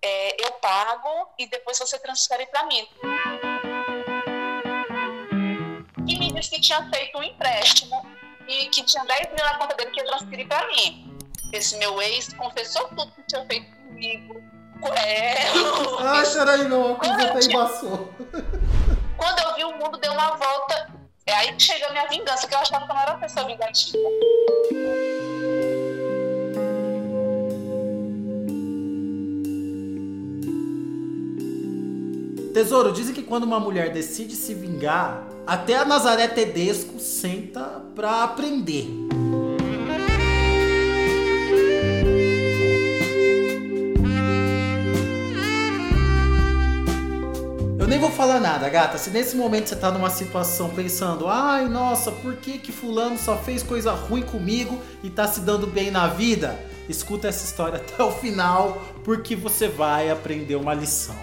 eu pago e depois você transfere para mim. E me disse que tinha feito um empréstimo e que tinha 10 mil na conta dele que ia transferir para mim. Esse meu ex confessou tudo que tinha feito comigo. Peraí, não, a coisa até embaçou. Quando eu vi, o mundo deu uma volta. É aí que chega a minha vingança, que eu achava que eu não era uma pessoa vingativa. Tesouro, dizem que quando uma mulher decide se vingar, até a Nazaré Tedesco senta pra aprender. Eu nem vou falar nada, gata. Se nesse momento você tá numa situação pensando, ai, nossa, por que fulano só fez coisa ruim comigo e tá se dando bem na vida? Escuta essa história até o final, porque você vai aprender uma lição.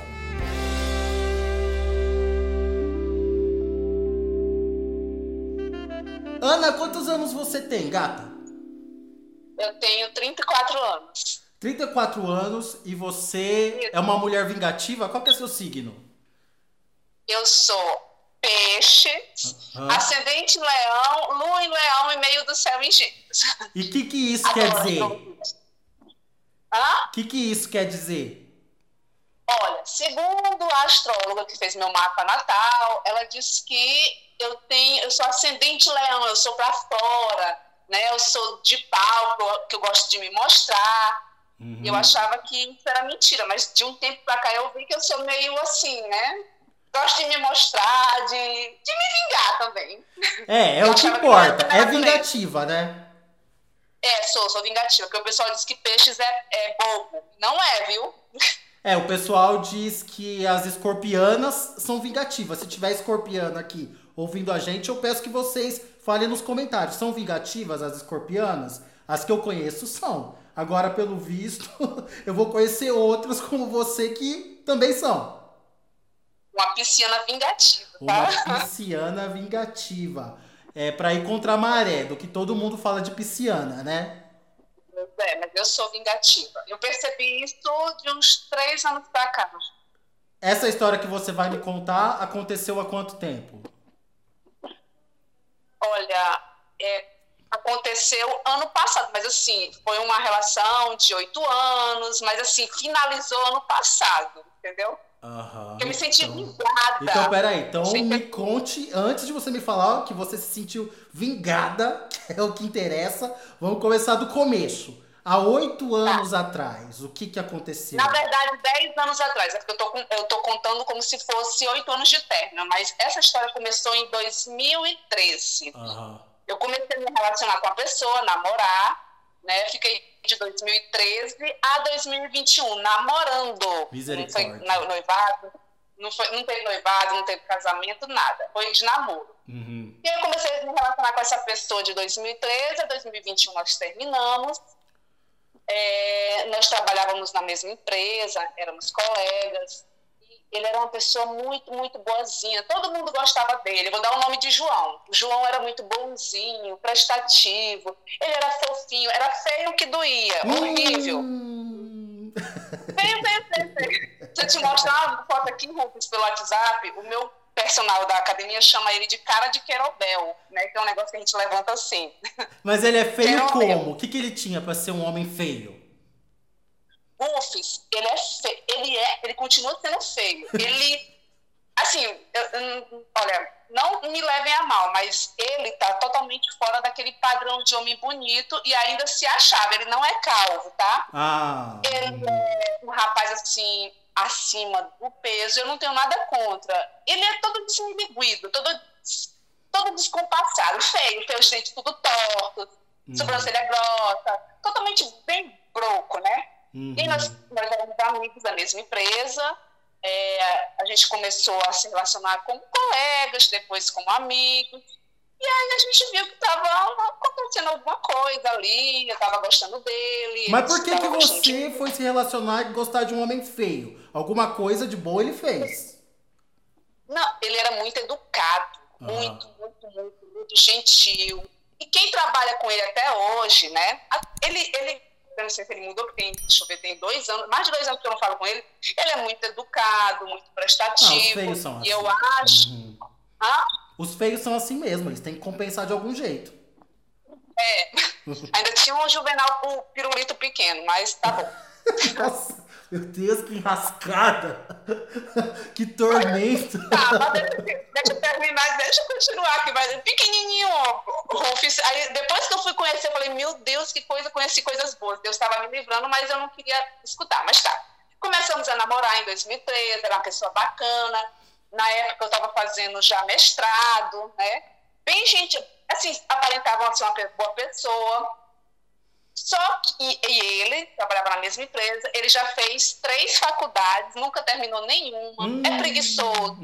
Ana, quantos anos você tem, gata? Eu tenho 34 anos. 34 anos e você é uma mulher vingativa? Qual que é seu signo? Eu sou peixe, ascendente leão, lua em leão e meio do céu em gêmeos. E o que isso quer dizer? O que isso quer dizer? Olha, segundo a astróloga que fez meu mapa natal, ela disse que eu sou ascendente leão, eu sou pra fora, né? Eu sou de palco, que eu gosto de me mostrar. Eu achava que isso era mentira, mas de um tempo pra cá eu vi que eu sou meio assim, né? Gosto de me mostrar, de me vingar também. É o que importa, é vingativa, né? Sou vingativa, porque o pessoal diz que peixes é bobo. Não é, viu? O pessoal diz que as escorpianas são vingativas. Se tiver escorpiana aqui ouvindo a gente, eu peço que vocês falem nos comentários. São vingativas as escorpianas? As que eu conheço são. Agora, pelo visto, eu vou conhecer outras como você que também são. Uma pisciana vingativa, tá? Uma pisciana vingativa. É pra ir contra a maré, do que todo mundo fala de pisciana, né? Mas eu sou vingativa. Eu percebi isso de uns 3 anos pra cá. Essa história que você vai me contar aconteceu há quanto tempo? Olha, aconteceu ano passado, mas assim, foi uma relação de 8 anos, mas assim, finalizou ano passado, entendeu? Eu me senti vingada. Então, peraí. Então, me conte, antes de você me falar que você se sentiu vingada, que é o que interessa, vamos começar do começo. Há 8 anos atrás, o que aconteceu? Na verdade, 10 anos atrás. É porque eu tô contando como se fosse 8 anos de término, mas essa história começou em 2013. Eu comecei a me relacionar com a pessoa, namorar, né? Fiquei de 2013 a 2021 namorando. Misericórdia. Não foi noivado, não teve noivado, não teve casamento, nada. Foi de namoro. E aí eu comecei a me relacionar com essa pessoa de 2013 a 2021, nós terminamos. Nós trabalhávamos na mesma empresa, éramos colegas. Ele era uma pessoa muito, muito boazinha. Todo mundo gostava dele. Vou dar o nome de João. O João era muito bonzinho, prestativo. Ele era fofinho. Era feio que doía. Horrível. Feio. Se eu te mostrar uma foto aqui, Rufus, pelo WhatsApp, o meu personal da academia chama ele de cara de querobel, né? Que é um negócio que a gente levanta assim. Mas ele é feio como? O que ele tinha pra ser um homem feio? Rufus, ele é feio. Ele continua sendo feio. Ele, assim, olha, não me levem a mal, mas ele tá totalmente fora daquele padrão de homem bonito e ainda se achava. Ele não é calvo, tá? Ele é um rapaz, assim, acima do peso. Eu não tenho nada contra. Ele é todo desinibiguido, todo descompassado, feio, tem os dentes tudo tortos, sobrancelha grossa, totalmente bem broco, né? E nós éramos amigos da mesma empresa. A gente começou a se relacionar como colegas, depois como amigos. E aí a gente viu que estava acontecendo alguma coisa ali, eu estava gostando dele. Mas por que você foi se relacionar e gostar de um homem feio? Alguma coisa de boa ele fez? Não, ele era muito educado, muito gentil. E quem trabalha com ele até hoje, né? Ele eu não sei se ele mudou, porque deixa eu ver, tem 2 anos, mais de 2 anos que eu não falo com ele. Ele é muito educado, muito prestativo. Os feios são assim. E eu acho... Os feios são assim mesmo, eles têm que compensar de algum jeito. Ainda tinha um Juvenal pro pirulito pequeno, mas tá bom. Nossa, meu Deus, que enrascada! Que tormento! Tá, mas deixa eu terminar, deixa eu continuar aqui, mas pequenininho, Rufus. Aí depois que eu fui conhecer, eu falei, meu Deus, que coisa, conheci coisas boas. Deus estava me livrando, mas eu não queria escutar, mas tá. Começamos a namorar em 2013, era uma pessoa bacana. Na época eu estava fazendo já mestrado, né? Bem, gente, assim, aparentava ser uma boa pessoa. Só que ele trabalhava na mesma empresa, ele já fez 3 faculdades, nunca terminou nenhuma, é preguiçoso.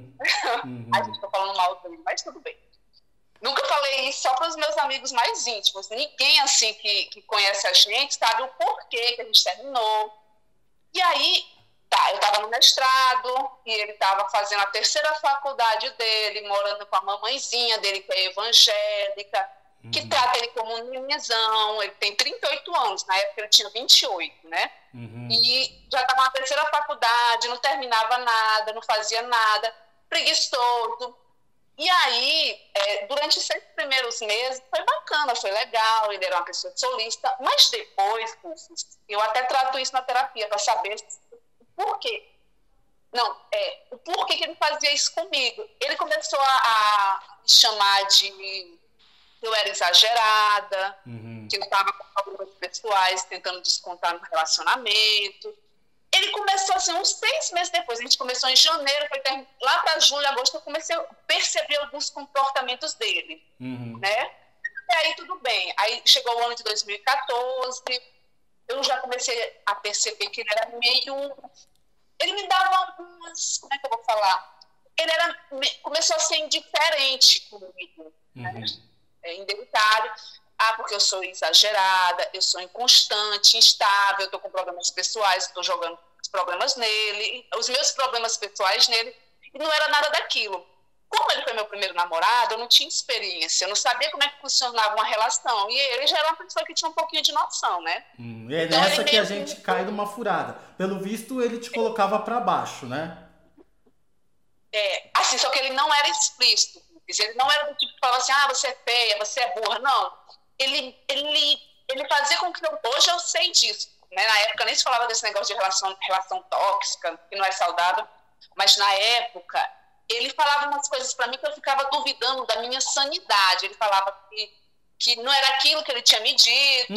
A gente tá falando mal dele, mas tudo bem. Nunca falei isso só para os meus amigos mais íntimos. Ninguém assim que conhece a gente sabe o porquê que a gente terminou. E aí, tá, eu estava no mestrado e ele estava fazendo a 3ª faculdade dele, morando com a mamãezinha dele, que é evangélica, que trata ele como um nenenzão. Ele tem 38 anos, na época ele tinha 28, né? E já estava na 3ª faculdade, não terminava nada, não fazia nada, preguiçoso. E aí, durante os 6 primeiros meses, foi bacana, foi legal, ele era uma pessoa solista, mas depois, eu até trato isso na terapia, para saber o porquê. Não, o porquê que ele fazia isso comigo. Ele começou a me chamar de... eu era exagerada, que eu estava com problemas pessoais, tentando descontar no relacionamento. Ele começou assim, uns 6 meses depois, a gente começou em janeiro, foi lá para julho, agosto, eu comecei a perceber alguns comportamentos dele, né? E aí tudo bem, aí chegou o ano de 2014, eu já comecei a perceber que ele era meio... ele me dava umas... como é que eu vou falar? Ele começou a ser indiferente comigo, né? Indebitário. Porque eu sou exagerada, eu sou inconstante, instável, eu estou com problemas pessoais, estou jogando os problemas nele, os meus problemas pessoais nele, e não era nada daquilo. Como ele foi meu primeiro namorado, eu não tinha experiência, eu não sabia como é que funcionava uma relação, e ele já era uma pessoa que tinha um pouquinho de noção, né? É então, nessa que a gente cai numa furada. Pelo visto, ele te colocava para baixo, né? Assim, só que ele não era explícito. Ele não era do tipo que falava assim, você é feia, você é burra. Não. Ele fazia com que hoje eu sei disso, né? Na época nem se falava desse negócio de relação tóxica, que não é saudável, mas na época ele falava umas coisas para mim que eu ficava duvidando da minha sanidade. Ele falava que não era aquilo que ele tinha me dito.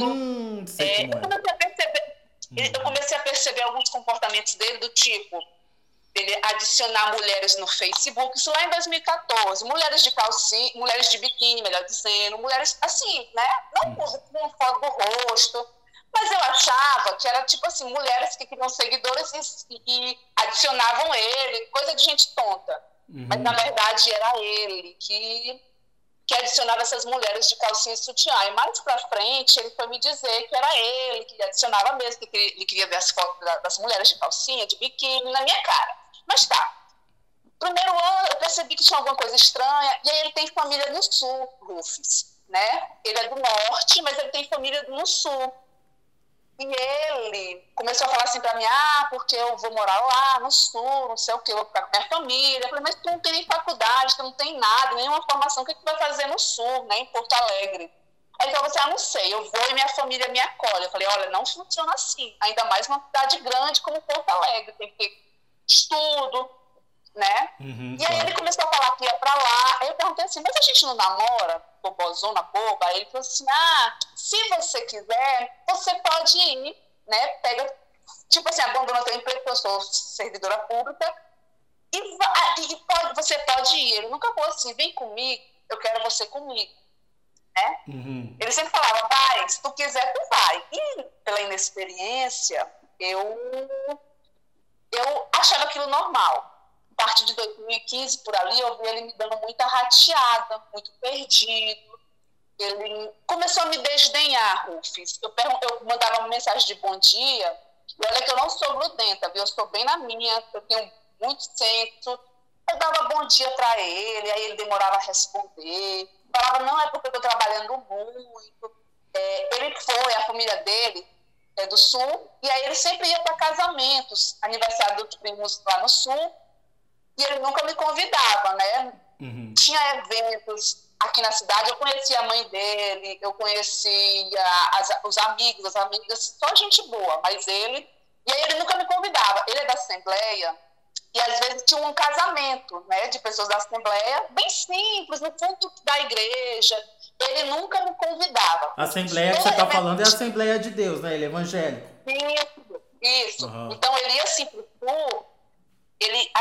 Eu comecei a perceber alguns comportamentos dele do tipo... ele adicionar mulheres no Facebook, isso lá em 2014, mulheres de calcinha, mulheres de biquíni, melhor dizendo, mulheres assim, né? Não com foto do rosto, mas eu achava que era tipo assim, mulheres que queriam seguidores e adicionavam ele, coisa de gente tonta. Mas na verdade era ele que adicionava essas mulheres de calcinha e sutiã. E mais pra frente ele foi me dizer que era ele que adicionava mesmo, que ele queria ver as fotos das mulheres de calcinha, de biquíni na minha cara. Mas tá. Primeiro ano eu percebi que tinha alguma coisa estranha, e aí ele tem família no sul, Rufus, né? Ele é do norte, mas ele tem família no sul. E ele começou a falar assim pra mim, porque eu vou morar lá no sul, não sei o que, eu vou ficar com minha família. Eu falei, mas tu não tem nem faculdade, tu não tem nada, nenhuma formação, o que tu vai fazer no sul, né, em Porto Alegre? Aí ele falou assim, não sei, eu vou e minha família me acolhe. Eu falei, olha, não funciona assim, ainda mais uma cidade grande como Porto Alegre, tem que ter estudo, né? E aí ele começou a falar que ia pra lá. Aí eu perguntei assim, mas a gente não namora? Bobozona, boba? Aí ele falou assim, se você quiser, você pode ir, né? Pega, tipo assim, abandona teu emprego, eu sou servidora pública, você pode ir. Ele nunca falou assim, vem comigo, eu quero você comigo, né? Ele sempre falava, vai, se tu quiser, tu vai. E pela inexperiência, eu achava aquilo normal. A partir de 2015, por ali, eu vi ele me dando muita rateada, muito perdido. Ele começou a me desdenhar, Rufus. Eu mandava uma mensagem de bom dia, e olha que eu não sou grudenta, viu? Eu estou bem na minha, eu tenho muito senso. Eu dava bom dia para ele, aí ele demorava a responder. Falava, não, é porque eu estou trabalhando muito. A família dele do Sul, e aí ele sempre ia para casamentos, aniversário dos primos lá no Sul, e ele nunca me convidava, né? Uhum. Tinha eventos aqui na cidade, eu conhecia a mãe dele, eu conhecia os amigos, as amigas, só gente boa, mas ele... E aí ele nunca me convidava. Ele é da Assembleia, e às vezes tinha um casamento, né, de pessoas da Assembleia, bem simples, no fundo da igreja. Ele nunca me convidava. A Assembleia que você está falando é a Assembleia de Deus, né? Ele é evangélico. Isso. Uhum. Então ele ia assim pro Sul, ele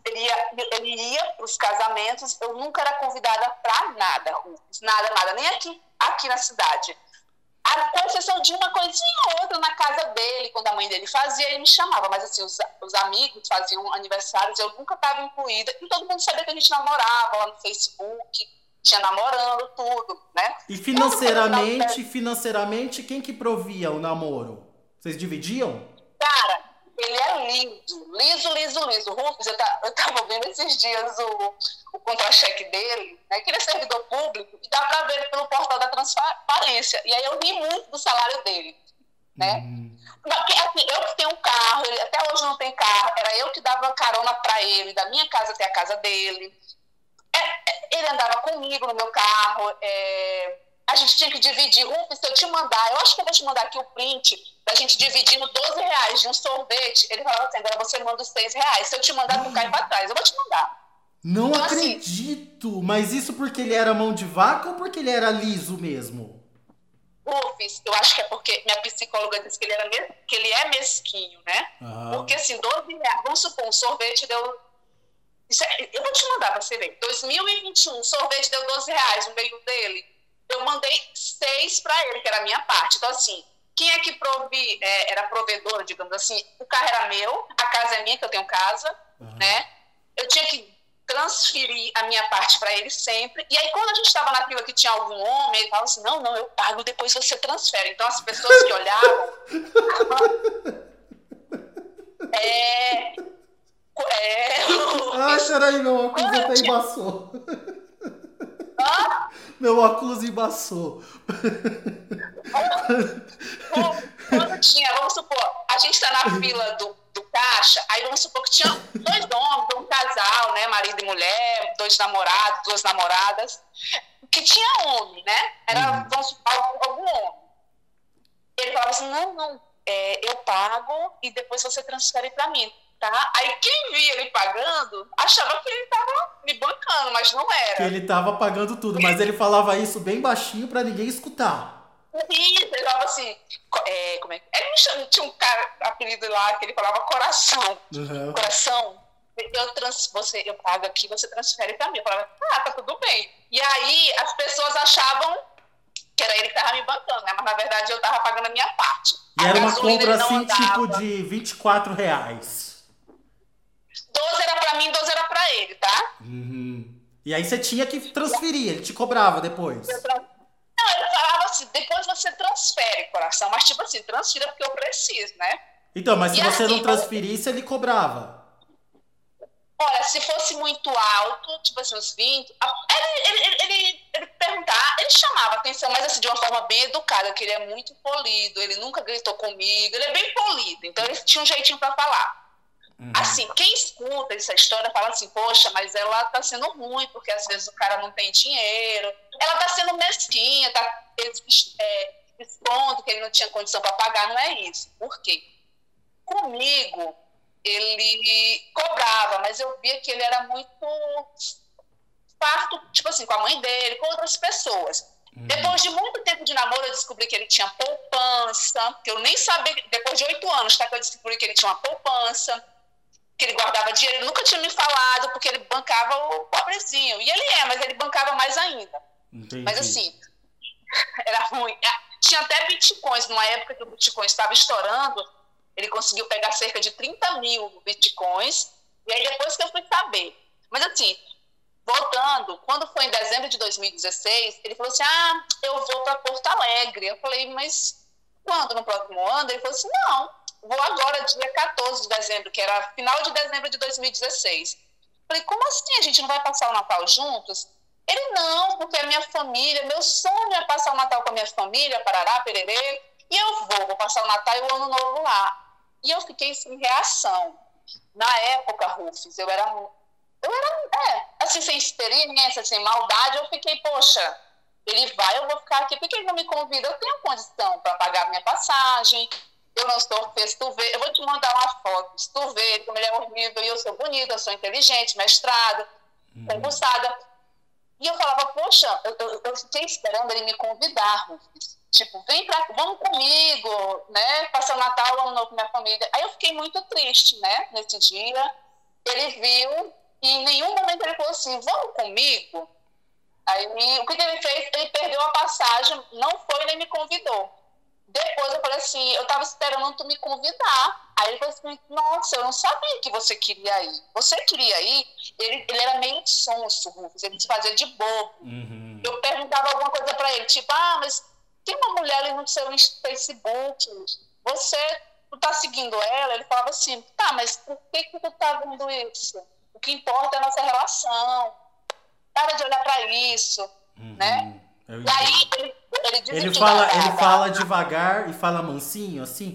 ia para os casamentos, eu nunca era convidada para nada, nada, nem aqui na cidade. Com exceção de uma coisinha ou outra na casa dele, quando a mãe dele fazia, ele me chamava, mas assim, os amigos faziam aniversários, eu nunca estava incluída, e todo mundo sabia que a gente namorava lá no Facebook, tinha namorando, tudo, né? E financeiramente, quem que provia o namoro? Vocês dividiam? Cara, ele é liso. Rufus, eu tava vendo esses dias o contra-cheque dele, né, que ele é servidor público, e dá pra ver pelo portal da transparência. E aí eu ri muito do salário dele, né? Porque, assim, eu que tenho um carro, ele até hoje não tem carro, era eu que dava carona pra ele, da minha casa até a casa dele. Ele andava comigo no meu carro, a gente tinha que dividir. Rufus, se eu te mandar, eu acho que eu vou te mandar aqui o print da gente dividindo R$12 de um sorvete. Ele falava assim, agora você manda os R$6. Se eu te mandar, tu cai pra trás. Eu vou te mandar. Não então, acredito! Assim, mas isso porque ele era mão de vaca ou porque ele era liso mesmo? Rufus, eu acho que é porque minha psicóloga disse que ele é mesquinho, né? Porque assim, R$12, vamos supor, um sorvete deu... eu vou te mandar pra você ver. 2021, sorvete deu R$12, o meio dele. Eu mandei 6 para ele, que era a minha parte. Então, assim, quem é que era provedor, digamos assim? O carro era meu, a casa é minha, que eu tenho casa, né? Eu tinha que transferir a minha parte para ele sempre. E aí, quando a gente estava na fila que tinha algum homem, ele falava assim, não, eu pago, depois você transfere. Então, as pessoas que olhavam... peraí, meu óculos até embaçou. Meu óculos embaçou. Quando tinha, vamos supor, a gente está na fila do caixa, aí vamos supor que tinha 2 homens, um casal, né, marido e mulher, 2 namorados, 2 namoradas, que tinha homem, né? Era, vamos supor, algum homem. Ele falava assim, não, eu pago e depois você transfere para mim. Tá? Aí quem via ele pagando achava que ele tava me bancando, mas não era. Que ele tava pagando tudo, mas ele falava isso bem baixinho pra ninguém escutar. Isso, ele falava assim, como é que... Ele me chama, tinha um cara, apelido lá, que ele falava coração. Coração, eu pago aqui, você transfere pra mim. Eu falava, tá tudo bem. E aí as pessoas achavam que era ele que tava me bancando, né? Mas na verdade eu tava pagando a minha parte. E era uma compra assim, tipo de R$24. 12 era pra mim, 12 era pra ele, tá? E aí você tinha que transferir, ele te cobrava depois. Não, ele falava assim, depois você transfere, coração. Mas tipo assim, transfira porque eu preciso, né? Então, mas se você não transferisse, ele cobrava. Olha, se fosse muito alto, tipo assim, uns 20, ele perguntava, ele chamava atenção, mas assim, de uma forma bem educada, que ele é muito polido, ele nunca gritou comigo, ele é bem polido, então ele tinha um jeitinho pra falar. Assim, quem escuta essa história fala assim, poxa, mas ela tá sendo ruim, porque às vezes o cara não tem dinheiro, ela tá sendo mesquinha, tá expondo que ele não tinha condição para pagar, não é isso. Por quê? Comigo, ele cobrava, mas eu via que ele era muito farto, tipo assim, com a mãe dele, com outras pessoas. Depois de muito tempo de namoro, eu descobri que ele tinha poupança, que eu nem sabia, depois de 8 anos, tá, que eu descobri que ele tinha uma poupança, que ele guardava dinheiro, ele nunca tinha me falado, porque ele bancava o pobrezinho. E ele mas ele bancava mais ainda. Entendi. Mas assim, era ruim. Tinha até bitcoins, numa época que o bitcoin estava estourando, ele conseguiu pegar cerca de 30 mil bitcoins, e aí depois que eu fui saber. Mas assim, voltando, quando foi em dezembro de 2016, ele falou assim, eu vou para Porto Alegre. Eu falei, mas quando? No próximo ano? Ele falou assim, não, vou agora, dia 14 de dezembro, que era final de dezembro de 2016. Falei, como assim? A gente não vai passar o Natal juntos? Ele, não, porque a minha família, meu sonho é passar o Natal com a minha família, parará, pererê. E eu vou passar o Natal e o Ano Novo lá. E eu fiquei sem reação. Na época, Rufus, eu era assim, sem experiência, sem maldade, eu fiquei, poxa, ele vai, eu vou ficar aqui, porque ele não me convida, eu tenho condição para pagar minha passagem, eu não sou feio, se tu vê, eu vou te mandar uma foto, se tu vê como ele é horrível, e eu sou bonita, eu sou inteligente, mestrada, concursada. E eu falava, poxa, eu fiquei esperando ele me convidar, Rufus. Tipo, vamos comigo, né? Passar o Natal, Ano Novo com minha família. Aí eu fiquei muito triste, né? Nesse dia. Ele viu e em nenhum momento ele falou assim, vamos comigo? Aí o que ele fez? Ele perdeu a passagem, não foi nem me convidou. Depois eu falei assim, eu tava esperando tu me convidar. Aí ele falou assim, nossa, eu não sabia que você queria ir. Você queria ir? Ele era meio sonso, Rufus, ele se fazia de bobo. Eu perguntava alguma coisa pra ele, tipo, mas tem uma mulher ali no seu Facebook, tu tá seguindo ela? Ele falava assim, tá, mas por que tu tá vendo isso? O que importa é a nossa relação. Para de olhar pra isso, né? E aí ele diz ele fala devagar e fala mansinho, assim?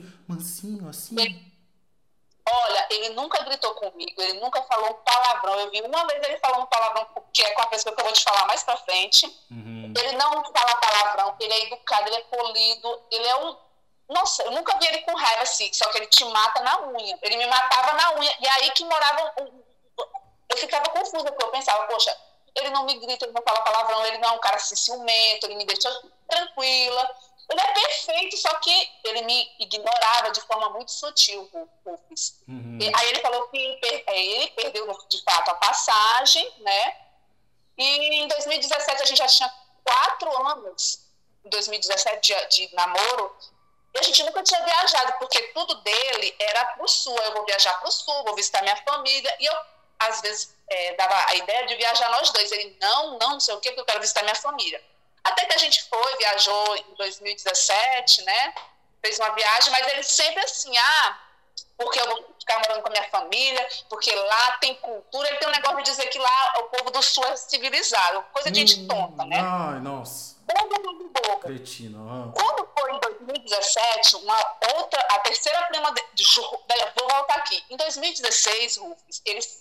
Olha, ele nunca gritou comigo, ele nunca falou um palavrão. Eu vi uma vez ele falando um palavrão, que é com a pessoa que eu vou te falar mais pra frente. Ele não fala palavrão, ele é educado, ele é polido, ele é um... Nossa, eu nunca vi ele com raiva assim, só que ele te mata na unha. Ele me matava na unha, e aí que morava... Eu ficava confusa, porque eu pensava, poxa, ele não me grita, ele não fala palavrão, ele não é um cara assim, ciumento, ele me deixa tranquila. Ele é perfeito, só que ele me ignorava de forma muito sutil, Rufus. Aí ele falou que ele perdeu, de fato, a passagem, né? E em 2017, a gente já tinha 4 anos, em 2017, de namoro, e a gente nunca tinha viajado, porque tudo dele era pro sul. Eu vou viajar pro sul, vou visitar minha família, e eu, às vezes, dava a ideia de viajar nós dois. Ele, não sei o que, porque eu quero visitar minha família. Até que a gente viajou em 2017, né? Fez uma viagem, mas ele sempre assim, porque eu vou ficar morando com a minha família, porque lá tem cultura. Ele tem um negócio de dizer que lá o povo do sul é civilizado, coisa de gente tonta, né? Ai, nossa. Cretino. Quando foi em 2017, a terceira prima vou voltar aqui. Em 2016, Rufus,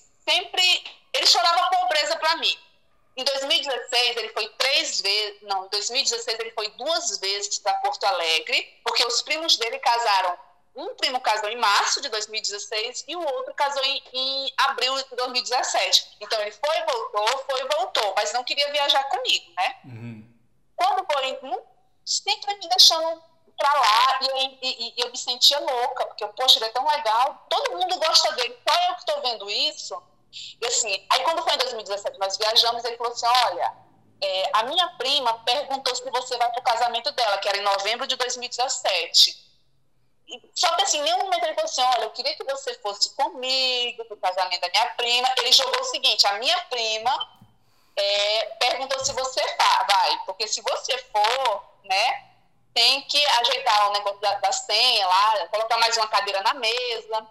ele chorava pobreza pra mim. Em 2016, ele foi 3 vezes... Não, em 2016, ele foi 2 vezes para Porto Alegre, porque os primos dele casaram. Um primo casou em março de 2016 e o outro casou em abril de 2017. Então, ele foi e voltou, mas não queria viajar comigo, né? Quando foi, sempre me deixando pra lá, e eu me sentia louca, porque, poxa, ele é tão legal, todo mundo gosta dele, só eu que tô vendo isso. E assim, aí quando foi em 2017, nós viajamos, ele falou assim, olha, a minha prima perguntou se você vai pro casamento dela, que era em novembro de 2017. Só que assim, em nenhum momento ele falou assim, olha, eu queria que você fosse comigo pro casamento da minha prima. Ele jogou o seguinte, a minha prima perguntou se você vai, porque se você for, né, tem que ajeitar o negócio da senha lá, colocar mais uma cadeira na mesa.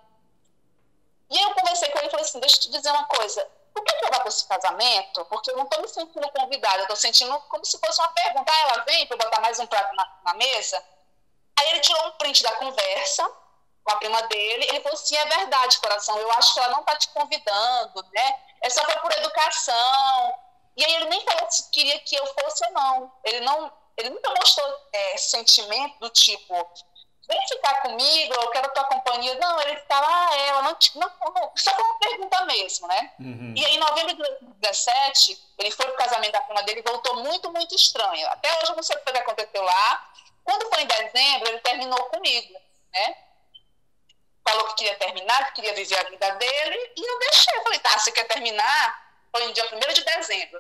E eu conversei com ele e falei assim, deixa eu te dizer uma coisa, por que eu vou para esse casamento? Porque eu não estou me sentindo convidada, eu estou sentindo como se fosse uma pergunta, ela vem para eu botar mais um prato na mesa? Aí ele tirou um print da conversa com a prima dele, ele falou assim, é verdade, coração, eu acho que ela não está te convidando, né? É só por educação. E aí ele nem falou se queria que eu fosse ou não. Ele nunca mostrou sentimento do tipo, vem ficar comigo, eu quero a tua companhia. Não, ele ficava, ela não, só foi uma pergunta mesmo, né? E aí em novembro de 2017, ele foi pro casamento da prima dele e voltou muito, muito estranho. Até hoje eu não sei o que aconteceu lá. Quando foi em dezembro, ele terminou comigo, né? Falou que queria terminar, que queria viver a vida dele, e eu deixei. Eu falei, tá, você quer terminar? Foi no dia 1º de dezembro.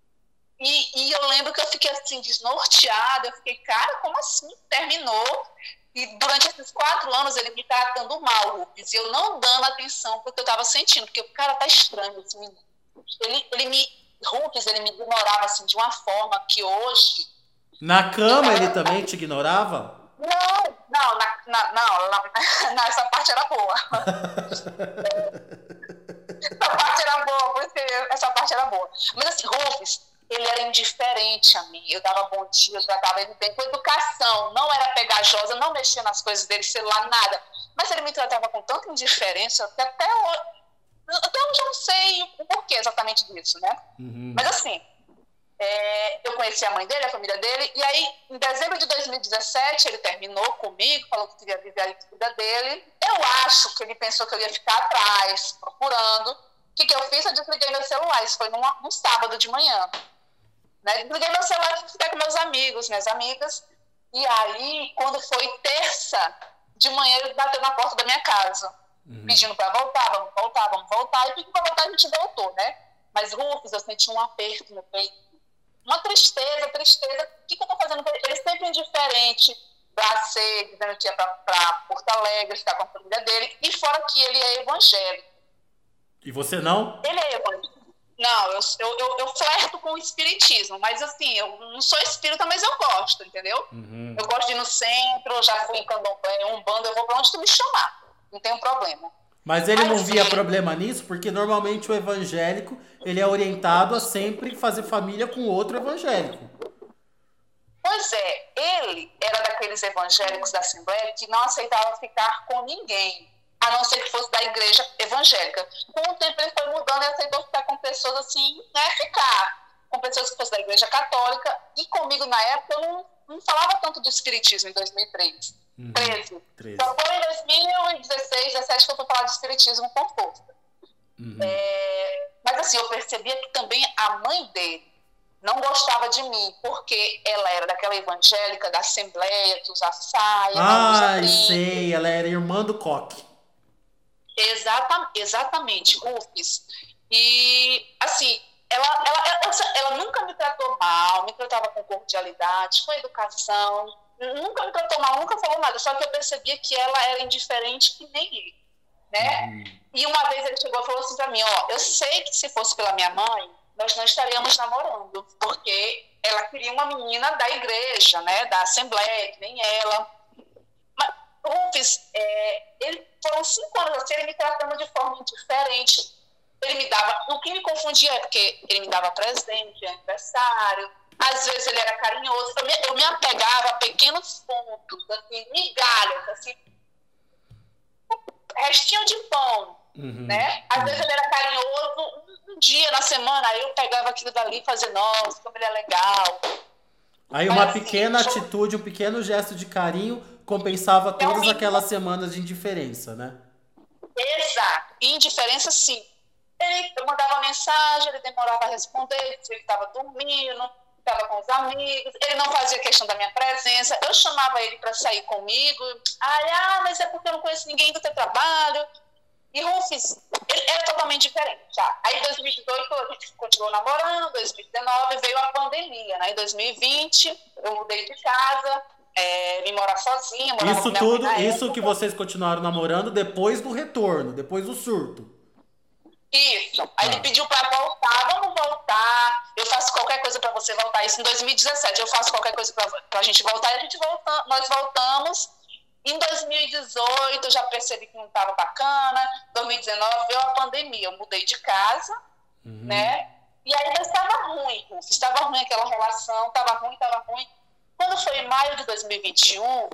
E eu lembro que eu fiquei assim, desnorteada. Eu fiquei, cara, como assim? Terminou. E durante esses 4 anos ele me tratando mal, Rufus, e eu não dando atenção porque eu estava sentindo, porque o cara tá estranho, esse menino. Ele me ignorava assim, de uma forma que hoje... Na cama ele também te ignorava? Não, essa parte era boa. Essa parte era boa, Mas assim, Rufus, ele era indiferente a mim. Eu dava bom dia, eu tratava ele bem, com educação, não era pegajosa, não mexia nas coisas dele, celular, nada. Mas ele me tratava com tanta indiferença que até hoje eu não sei o porquê exatamente disso, né? Mas assim, eu conheci a mãe dele, a família dele, e aí, em dezembro de 2017, ele terminou comigo, falou que queria viver a vida dele. Eu acho que ele pensou que eu ia ficar atrás, procurando. O que eu fiz? Eu desliguei meu celular, isso foi num sábado de manhã. Né? Desliguei meu celular e fiquei com meus amigos, minhas amigas, e aí, quando foi terça de manhã, ele bateu na porta da minha casa, pedindo para voltar, vamos voltar, e pediu para voltar, a gente voltou, né? Mas, Rufus, eu senti um aperto no peito, uma tristeza, o que eu tô fazendo? Ele sempre indiferente, bracei, dizendo que ia para Porto Alegre, ficar com a família dele, e fora que ele é evangélico. E você não? Ele é evangélico. Não, eu flerto com o espiritismo, mas assim, eu não sou espírita, mas eu gosto, entendeu? Eu gosto de ir no centro, eu já fui em candomblé, umbanda, eu vou pra onde tu me chamar, não tem problema. Mas ele não via problema nisso, porque normalmente o evangélico, ele é orientado a sempre fazer família com outro evangélico. Pois é, ele era daqueles evangélicos da Assembleia que não aceitava ficar com ninguém, a não ser que fosse da igreja evangélica. Com o tempo ele foi mudando e aceitou ficar com pessoas assim, né, ficar com pessoas que fossem da igreja católica, e comigo na época eu não falava tanto do espiritismo em 2013. 13. Só foi em 2016, 2017 que eu fui falar de espiritismo com força. Mas assim, eu percebia que também a mãe dele não gostava de mim, porque ela era daquela evangélica da Assembleia, que usa saia, sei, ela era irmã do Coque. Exatamente, Rufus. E assim, ela nunca me tratou mal, me tratava com cordialidade, com educação, nunca me tratou mal, nunca falou nada, só que eu percebia que ela era indiferente que nem ele, né? E uma vez ele chegou e falou assim pra mim, eu sei que se fosse pela minha mãe, nós não estaríamos namorando, porque ela queria uma menina da igreja, né, da Assembleia, que nem ela. Mas, Rufus, ele foram 5 anos assim, ele me tratando de forma indiferente. Ele me dava, o que me confundia é porque ele me dava presente de aniversário, às vezes ele era carinhoso, eu me apegava a pequenos pontos, assim, migalhas, assim, restinho de pão, né? Às vezes ele era carinhoso, um dia na semana, aí eu pegava aquilo dali e fazia, nossa, como ele é legal. Aí uma pequena atitude, um pequeno gesto de carinho compensava todas aquelas semanas de indiferença, né? Exato. E indiferença, sim. Eu mandava mensagem, ele demorava a responder, dizia que estava dormindo, estava com os amigos, ele não fazia questão da minha presença, eu chamava ele para sair comigo, mas é porque eu não conheço ninguém do teu trabalho. E Rufus, ele era totalmente diferente. Já. Aí em 2018 a gente continuou namorando, em 2019 veio a pandemia, né? Em 2020 eu mudei de casa, vim morar sozinha. Isso tudo, isso que vocês continuaram namorando depois do retorno, depois do surto. Isso. Aí ele pediu para voltar, vamos voltar, eu faço qualquer coisa para você voltar. Isso em 2017, eu faço qualquer coisa para a gente voltar, e nós voltamos. Em 2018 eu já percebi que não estava bacana, 2019 veio a pandemia, eu mudei de casa, né? E ainda estava ruim aquela relação, estava ruim. Quando foi em maio de 2021,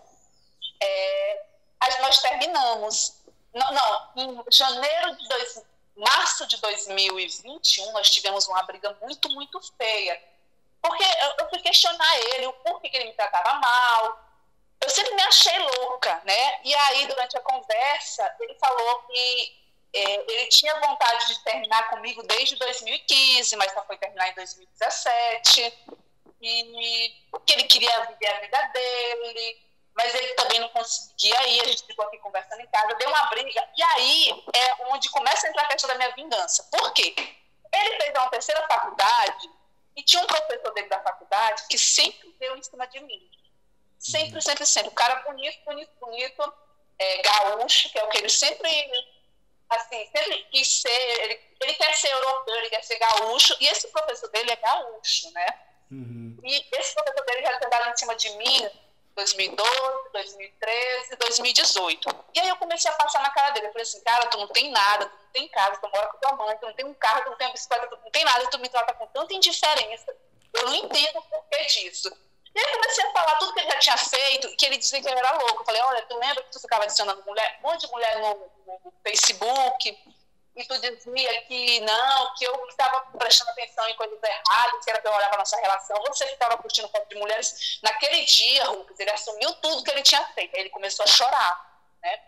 nós terminamos. Em março de 2021, nós tivemos uma briga muito, muito feia. Porque eu fui questionar ele, o porquê que ele me tratava mal. Eu sempre me achei louca, né? E aí, durante a conversa, ele falou que ele tinha vontade de terminar comigo desde 2015, mas só foi terminar em 2017. E que ele queria viver a vida dele, mas ele também não conseguia ir. A gente ficou aqui conversando em casa, deu uma briga. E aí é onde começa a entrar a questão da minha vingança. Por quê? Ele fez uma terceira faculdade e tinha um professor dele da faculdade que sempre deu em cima de mim. Sempre. O cara bonito, gaúcho, que é o que ele sempre quis ser. Ele quer ser europeu, ele quer ser gaúcho, e esse professor dele é gaúcho, né? E esse professor dele já tinha dado em cima de mim 2012, 2013, 2018. E aí eu comecei a passar na cara dele. Eu falei assim, cara, tu não tem nada, tu não tem casa, tu mora com tua mãe, tu não tem um carro, tu não tem uma bicicleta, tu não tem nada, tu me trata com tanta indiferença. Eu não entendo o porquê disso. E aí eu comecei a falar tudo que ele já tinha feito e que ele dizia que ele era louco. Eu falei, olha, tu lembra que tu ficava adicionando um monte de mulher no Facebook e tu dizia que não, que eu estava prestando atenção em coisas erradas, que era para eu olhar para nossa relação. Você que estava curtindo foto de mulheres. Naquele dia, Rufus, ele assumiu tudo que ele tinha feito. Aí ele começou a chorar, né?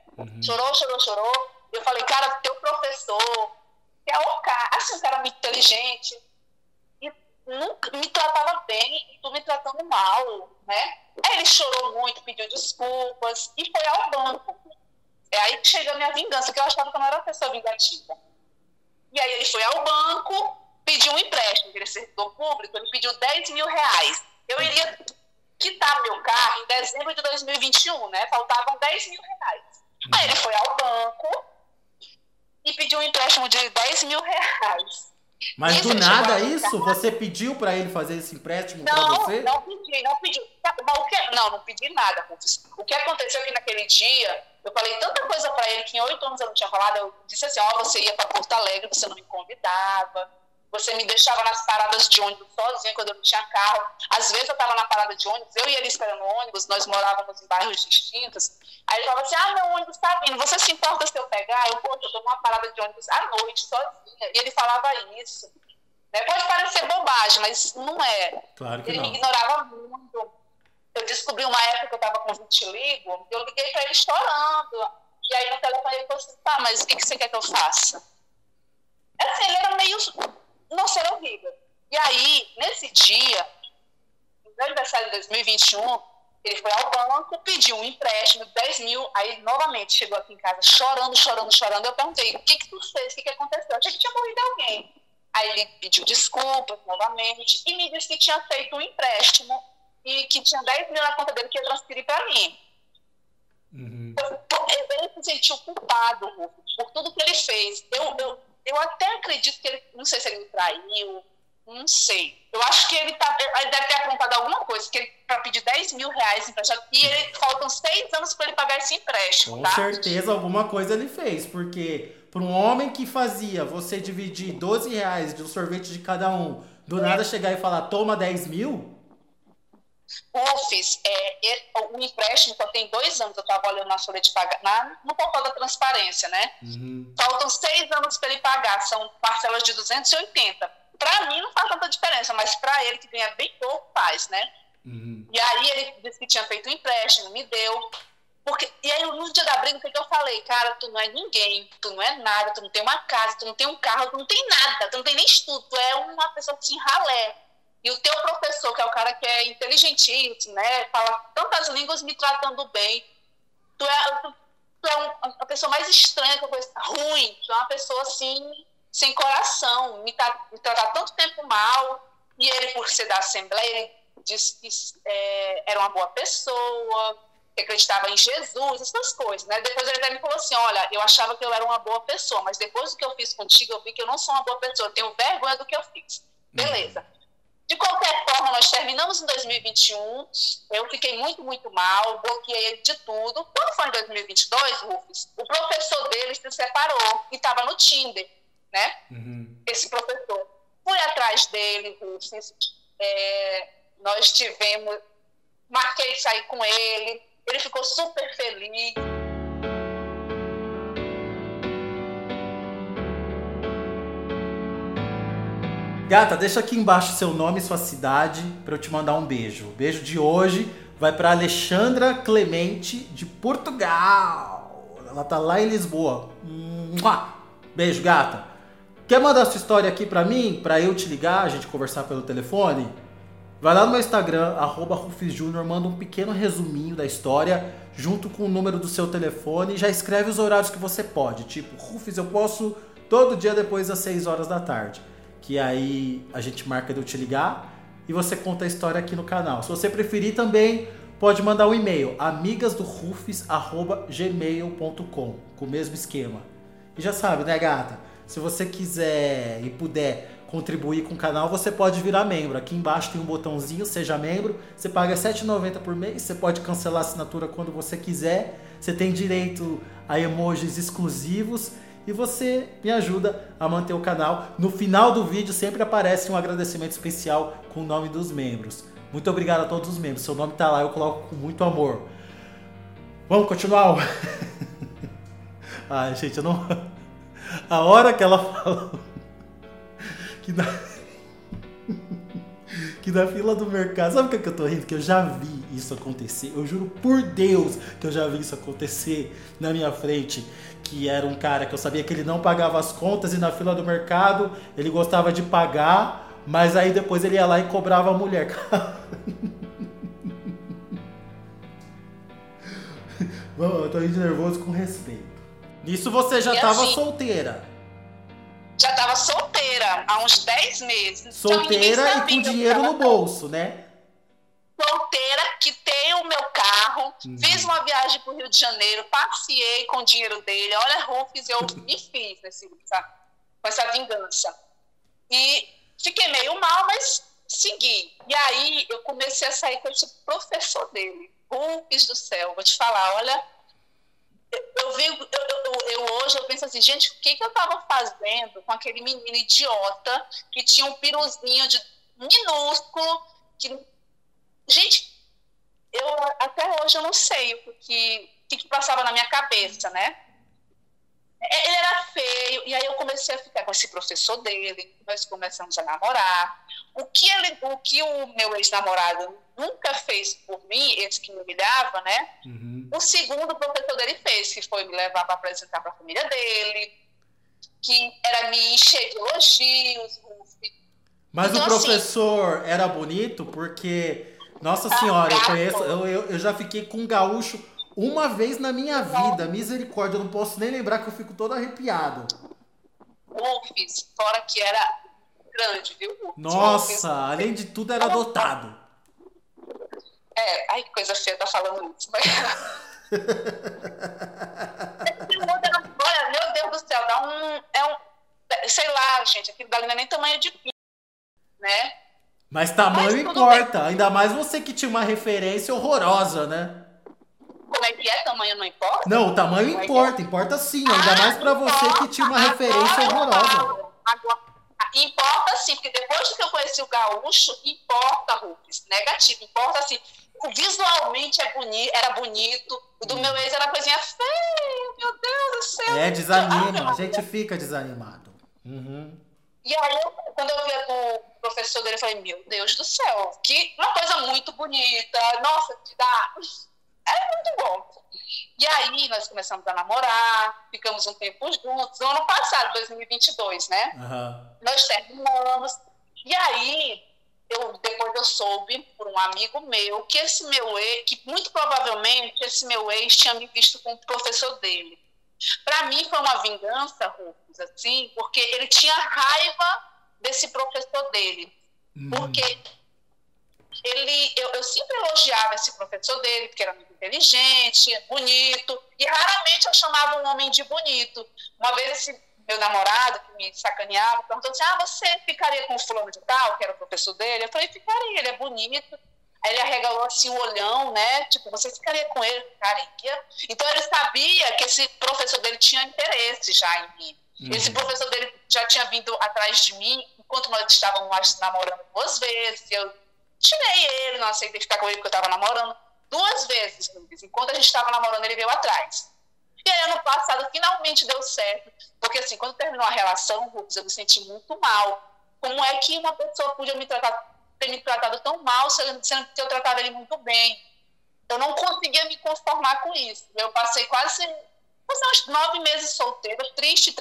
Chorou. Eu falei, cara, teu professor, que é o cara, assim, um cara muito inteligente, e nunca me tratava bem, e tu me tratando mal, né? Aí ele chorou muito, pediu desculpas, e foi ao banco. É aí que chega a minha vingança, que eu achava que eu não era uma pessoa vingativa. E aí ele foi ao banco, pediu um empréstimo, ele é servidor público, ele pediu 10 mil reais. Eu iria quitar meu carro em dezembro de 2021, né? Faltavam 10 mil reais. Aí ele foi ao banco e pediu um empréstimo de 10 mil reais. Mas do nada isso? Você pediu para ele fazer esse empréstimo para você? Não pedi. Não pedi nada. O que aconteceu é que naquele dia, eu falei tanta coisa para ele que em 8 anos eu não tinha falado. Eu disse assim, você ia para Porto Alegre, você não me convidava. Você me deixava nas paradas de ônibus sozinha quando eu não tinha carro. Às vezes eu estava na parada de ônibus, eu e ele esperando o ônibus, nós morávamos em bairros distintos. Aí ele falava assim, meu ônibus está vindo, você se importa se eu pegar? Eu estou numa parada de ônibus à noite, sozinha. E ele falava isso. Né? Pode parecer bobagem, mas não é. Claro que ele não. me ignorava muito. Eu descobri uma época que eu estava com vitiligo, eu liguei para ele chorando. E aí no telefone ele falou assim, mas o que você quer que eu faça? Assim, ele era meio... Nossa, era horrível. E aí, nesse dia, no meu aniversário de 2021, ele foi ao banco, pediu um empréstimo de 10 mil, aí novamente chegou aqui em casa chorando. Eu perguntei, o que tu fez? O que aconteceu? Eu achei que tinha morrido alguém. Aí ele pediu desculpas novamente e me disse que tinha feito um empréstimo e que tinha 10 mil na conta dele que ia transferir para mim. Ele se sentiu culpado, Rufus, por tudo que ele fez. Eu até acredito que ele, não sei se ele me traiu, não sei. Eu acho que ele deve ter aprontado alguma coisa, para pedir 10 mil reais emprestado, e faltam 6 anos para ele pagar esse empréstimo, Com certeza alguma coisa ele fez, porque para um homem que fazia você dividir 12 reais de um sorvete de cada um, do nada chegar e falar, toma 10 mil... Rufus, o empréstimo só tem 2 anos, eu estava olhando na folha de pagar, no portal da transparência, né? Faltam 6 anos para ele pagar, são parcelas de 280. Para mim não faz tanta diferença, mas para ele que ganha bem pouco faz, né? E aí ele disse que tinha feito um empréstimo, me deu. E aí no dia da briga, o que eu falei? Cara, tu não é ninguém, tu não é nada, tu não tem uma casa, tu não tem um carro, tu não tem nada, tu não tem nem estudo, tu é uma pessoa que se ralé. E o teu professor, que é o cara que é inteligentíssimo, né? Fala tantas línguas me tratando bem. Tu é a pessoa mais estranha que eu conheço. Ruim. Tu é uma pessoa assim, sem coração. Me tratar tanto tempo mal. E ele, por ser da Assembleia, ele disse que era uma boa pessoa, que acreditava em Jesus, essas coisas, né? Depois ele até me falou assim, olha, eu achava que eu era uma boa pessoa, mas depois do que eu fiz contigo, eu vi que eu não sou uma boa pessoa. Eu tenho vergonha do que eu fiz. Beleza. De qualquer forma, nós terminamos em 2021, eu fiquei muito, muito mal, bloqueei ele de tudo. Quando foi em 2022, Rufus, o professor dele se separou e estava no Tinder, né? Esse professor. Fui atrás dele, Rufus, nós marquei de sair com ele ficou super feliz. Gata, deixa aqui embaixo seu nome e sua cidade para eu te mandar um beijo. O beijo de hoje vai para Alexandra Clemente, de Portugal. Ela tá lá em Lisboa. Beijo, gata. Quer mandar sua história aqui para mim? Para eu te ligar, a gente conversar pelo telefone? Vai lá no meu Instagram, @RufusJunior, manda um pequeno resuminho da história junto com o número do seu telefone e já escreve os horários que você pode. Tipo, Rufus, eu posso todo dia depois das 6 horas da tarde. Que aí a gente marca de eu te ligar e você conta a história aqui no canal. Se você preferir também, pode mandar um e-mail, amigasdorufus@gmail.com, com o mesmo esquema. E já sabe, né, gata? Se você quiser e puder contribuir com o canal, você pode virar membro. Aqui embaixo tem um botãozinho, seja membro. Você paga R$ 7,90 por mês. Você pode cancelar a assinatura quando você quiser. Você tem direito a emojis exclusivos. E você me ajuda a manter o canal. No final do vídeo sempre aparece um agradecimento especial com o nome dos membros. Muito obrigado a todos os membros. Seu nome tá lá, eu coloco com muito amor. Vamos continuar? Ai, gente, eu não... A hora que ela falou que na fila do mercado... Sabe o que eu tô rindo? Que eu já vi isso acontecer. Eu juro por Deus que eu já vi isso acontecer na minha frente. Que era um cara que eu sabia que ele não pagava as contas e na fila do mercado ele gostava de pagar, mas aí depois ele ia lá e cobrava a mulher. Eu tô rindo nervoso com respeito. Nisso você já tava assim, solteira. Já tava solteira há uns 10 meses. Solteira e com dinheiro no bolso, né? Solteira, quitei o meu carro, fiz uma viagem pro Rio de Janeiro, passeei com o dinheiro dele. Olha, Rufus, eu me fiz com essa vingança. E fiquei meio mal, mas segui. E aí eu comecei a sair com esse professor dele. Rufus do céu, vou te falar, olha... Hoje eu penso assim, gente, o que eu tava fazendo com aquele menino idiota que tinha um piruzinho minúsculo, que... Gente, até hoje eu não sei o que passava na minha cabeça, né? Ele era feio, e aí eu comecei a ficar com esse professor dele, nós começamos a namorar. O que o meu ex-namorado nunca fez por mim, esse que me humilhava, né? O segundo professor dele fez, que foi me levar para apresentar para a família dele, que era me encher de elogios. Mas então, o professor assim, era bonito porque... Nossa senhora, eu conheço, eu já fiquei com um gaúcho uma vez na minha vida, misericórdia, eu não posso nem lembrar que eu fico todo arrepiado. Rufus, fora que era grande, viu? Nossa, Rufus, além de tudo era dotado. Ai que coisa feia tá falando isso. Mas... Olha, meu Deus do céu, sei lá, gente, aquilo dali não é nem tamanho de pinto, né? Mas tamanho importa, ainda mais você que tinha uma referência horrorosa, né? Como é que é? Tamanho não importa? Não, o tamanho importa, importa sim, ainda mais pra você que tinha uma referência horrorosa. Importa sim, porque depois que eu conheci o gaúcho, importa, Rufus, negativo, importa assim, visualmente era bonito, o do meu ex era coisinha feia, meu Deus do céu. Desanima, a gente fica desanimado. E aí, quando eu via do professor dele, eu falei, meu Deus do céu, que uma coisa muito bonita, nossa, é muito bom. E aí, nós começamos a namorar, ficamos um tempo juntos, no ano passado, 2022, né? Nós terminamos, e aí, depois eu soube, por um amigo meu, que esse meu ex, que muito provavelmente esse meu ex tinha me visto com o professor dele. Para mim foi uma vingança, Rufus, assim, porque ele tinha raiva desse professor dele. Porque eu sempre elogiava esse professor dele, porque era muito inteligente, bonito, e raramente eu chamava um homem de bonito. Uma vez esse meu namorado, que me sacaneava, perguntou assim, você ficaria com o fulano de tal, que era o professor dele? Eu falei, ficaria, ele é bonito. Aí ele arregalou assim o olhão, né? Tipo, você ficaria com ele? Ficaria. Então ele sabia que esse professor dele tinha interesse já em mim. Esse professor dele já tinha vindo atrás de mim, enquanto nós estávamos namorando 2 vezes. Eu tirei ele, não aceitei ficar com ele porque eu estava namorando 2 vezes. Enquanto a gente estava namorando, ele veio atrás. E aí, ano passado, finalmente deu certo. Porque assim, quando terminou a relação, Rufus, eu me senti muito mal. Como é que uma pessoa podia ter me tratado tão mal, sendo que eu tratava ele muito bem? Eu não conseguia me conformar com isso. Eu passei quase uns 9 meses solteira, triste.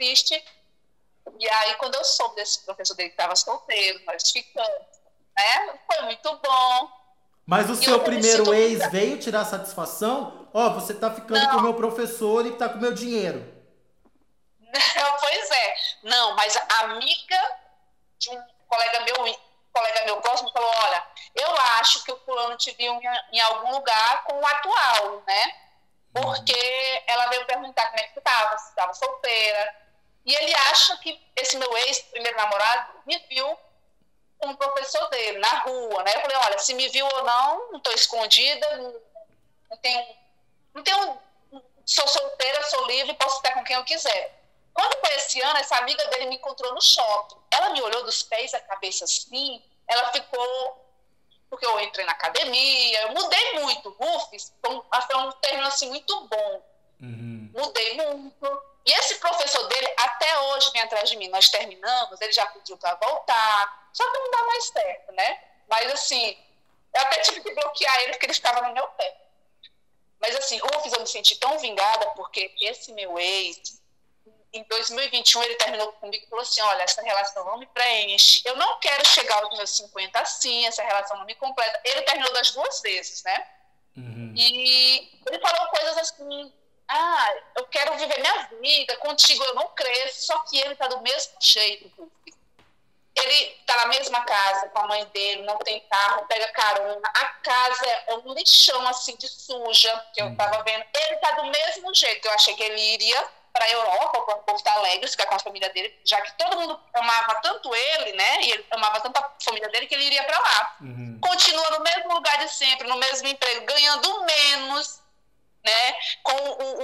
E aí, quando eu soube desse professor dele que estava solteiro, nós ficamos, né? Foi muito bom. Mas o seu primeiro ex veio tirar satisfação? Você tá ficando com o meu professor e tá com o meu dinheiro. Pois é. Não, mas a amiga de um colega meu próximo falou, olha, eu acho que o fulano te viu em algum lugar com o atual, né? Porque ela veio perguntar como é que você estava, se estava solteira. E ele acha que esse meu ex-primeiro namorado me viu com o professor dele, na rua, né? Eu falei, olha, se me viu ou não estou escondida, não tenho, sou solteira, sou livre, posso estar com quem eu quiser. Quando foi esse ano, essa amiga dele me encontrou no shopping. Ela me olhou dos pés à cabeça assim, ela ficou... Porque eu entrei na academia, eu mudei muito, Rufus, foi um término assim muito bom. Mudei muito. E esse professor dele, até hoje, vem atrás de mim. Nós terminamos, ele já pediu para voltar, só que não dá mais certo, né? Mas assim, eu até tive que bloquear ele porque ele estava no meu pé. Mas assim, Rufus, eu me senti tão vingada porque esse meu ex, em 2021, ele terminou comigo e falou assim, olha, essa relação não me preenche, eu não quero chegar aos meus 50 assim, essa relação não me completa. Ele terminou das 2 vezes, né? E ele falou coisas assim, eu quero viver minha vida, contigo eu não cresço, só que ele tá do mesmo jeito. Ele tá na mesma casa com a mãe dele, não tem carro, pega carona, a casa é um lixão assim de suja, que eu tava vendo. Ele tá do mesmo jeito, eu achei que ele iria para a Europa, para Porto Alegre, ficar com a família dele, já que todo mundo amava tanto ele, né, e ele amava tanto a família dele, que ele iria para lá. Continua no mesmo lugar de sempre, no mesmo emprego, ganhando menos, né, com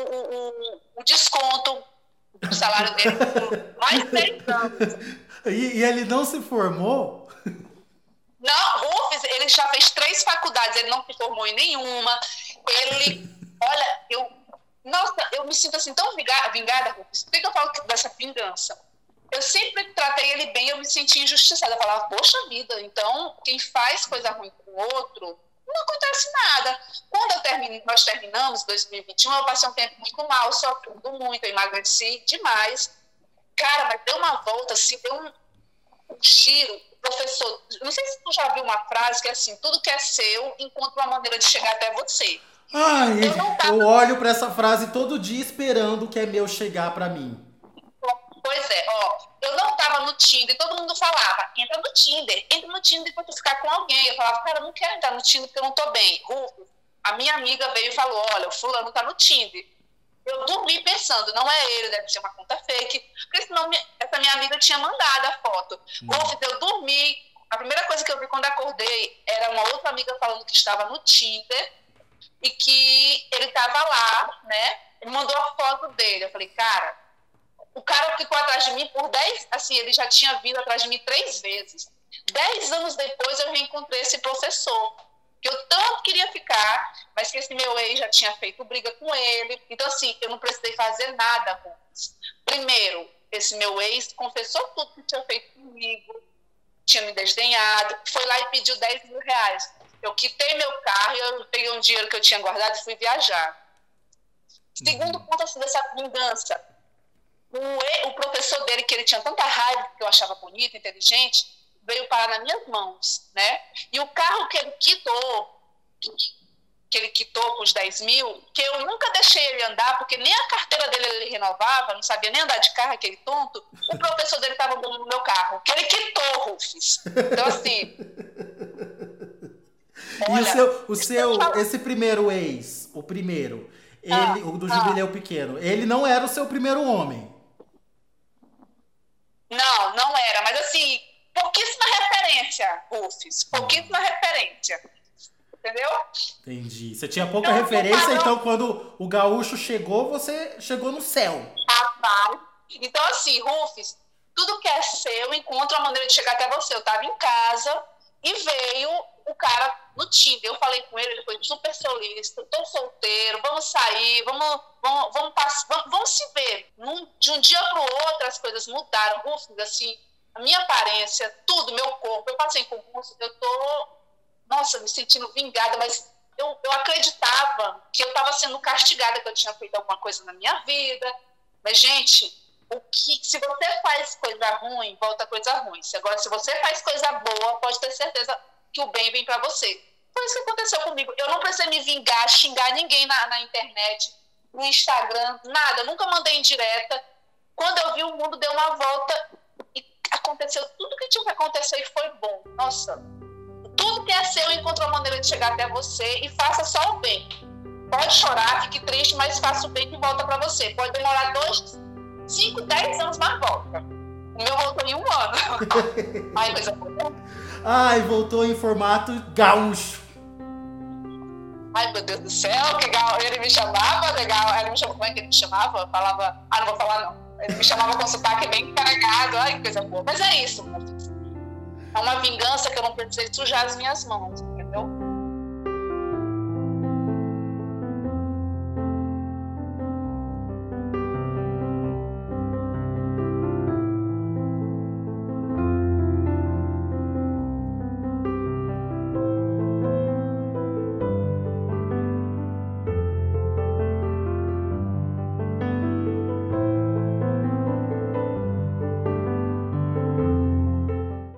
o desconto do salário dele por mais 10 anos. E ele não se formou? Não, Rufus, ele já fez 3 faculdades, ele não se formou em nenhuma. Ele, olha, eu me sinto assim tão vingada, Rufus. Por que eu falo dessa vingança? Eu sempre tratei ele bem, eu me senti injustiçada. Eu falava, poxa vida, então quem faz coisa ruim com o outro, não acontece nada. Quando nós terminamos, em 2021, eu passei um tempo muito mal, sofrendo muito, eu emagreci demais. Cara, mas deu uma volta, assim, deu um giro. Professor, não sei se tu já viu uma frase que é assim, tudo que é seu encontra uma maneira de chegar até você. Ai, eu olho pra essa frase todo dia esperando o que é meu chegar pra mim. Pois é, eu não tava no Tinder e todo mundo falava, entra no Tinder pra tu ficar com alguém. Eu falava, cara, eu não quero entrar no Tinder porque eu não tô bem. Rufus, a minha amiga veio e falou, olha, o fulano tá no Tinder. Eu dormi pensando, não é ele, deve ser uma conta fake, porque senão essa minha amiga tinha mandado a foto. Rufus, eu dormi, a primeira coisa que eu vi quando acordei era uma outra amiga falando que estava no Tinder e que ele estava lá, né, ele mandou a foto dele. Eu falei, cara, o cara ficou atrás de mim por 10, assim, ele já tinha vindo atrás de mim 3 vezes. 10 anos depois eu reencontrei esse professor, que eu tanto queria ficar, mas que esse meu ex já tinha feito briga com ele. Então, assim, eu não precisei fazer nada com isso. Primeiro, esse meu ex confessou tudo que tinha feito comigo, tinha me desdenhado, foi lá e pediu 10 mil reais. Eu quitei meu carro, eu peguei um dinheiro que eu tinha guardado e fui viajar. Segundo ponto, assim, dessa vingança, o professor dele, que ele tinha tanta raiva, que eu achava bonito, inteligente, veio parar nas minhas mãos, né? E o carro que ele quitou com os 10 mil, que eu nunca deixei ele andar, porque nem a carteira dele ele renovava, não sabia nem andar de carro, aquele tonto, o professor dele estava andando no meu carro, que ele quitou, Rufus. Então, assim... Olha, esse primeiro ex, o primeiro, o do Jubileu Pequeno, ele não era o seu primeiro homem? Não era, mas assim... pouquíssima referência, Rufus. Pouquíssima referência. Entendeu? Entendi. Você tinha pouca referência, então quando o gaúcho chegou, você chegou no céu. Rapaz. Então, assim, Rufus, tudo que é seu encontra uma maneira de chegar até você. Eu tava em casa e veio o cara no Tinder. Eu falei com ele, ele foi super solícito, tô solteiro, vamos sair, vamos se ver. De um dia pro outro as coisas mudaram, Rufus, assim... a minha aparência, tudo, meu corpo, eu passei em concurso, eu tô, nossa, me sentindo vingada, mas eu acreditava que eu estava sendo castigada, que eu tinha feito alguma coisa na minha vida. Mas, gente, se você faz coisa ruim, volta coisa ruim. Agora, se você faz coisa boa, pode ter certeza que o bem vem para você. Foi isso que aconteceu comigo. Eu não precisei me vingar, xingar ninguém na internet, no Instagram, nada. Eu nunca mandei indireta. Quando eu vi, o mundo deu uma volta e aconteceu tudo que tinha que acontecer e foi bom. Nossa, tudo que é seu encontra uma maneira de chegar até você e faça só o bem. Pode chorar, fique triste, mas faça o bem que volta para você. Pode demorar 5, 10 anos mais volta. O meu voltou em 1 ano. Ai, coisa boa. Ai, voltou em formato gaúcho. Ai, meu Deus do céu, que legal. Ele me chamava legal. Ele me chamava, como é que ele me chamava? Eu falava, não vou falar não. Ele me chamava com sotaque bem carregado. Ai, que coisa boa. Mas é isso, meu Deus. É uma vingança que eu não precisei sujar as minhas mãos.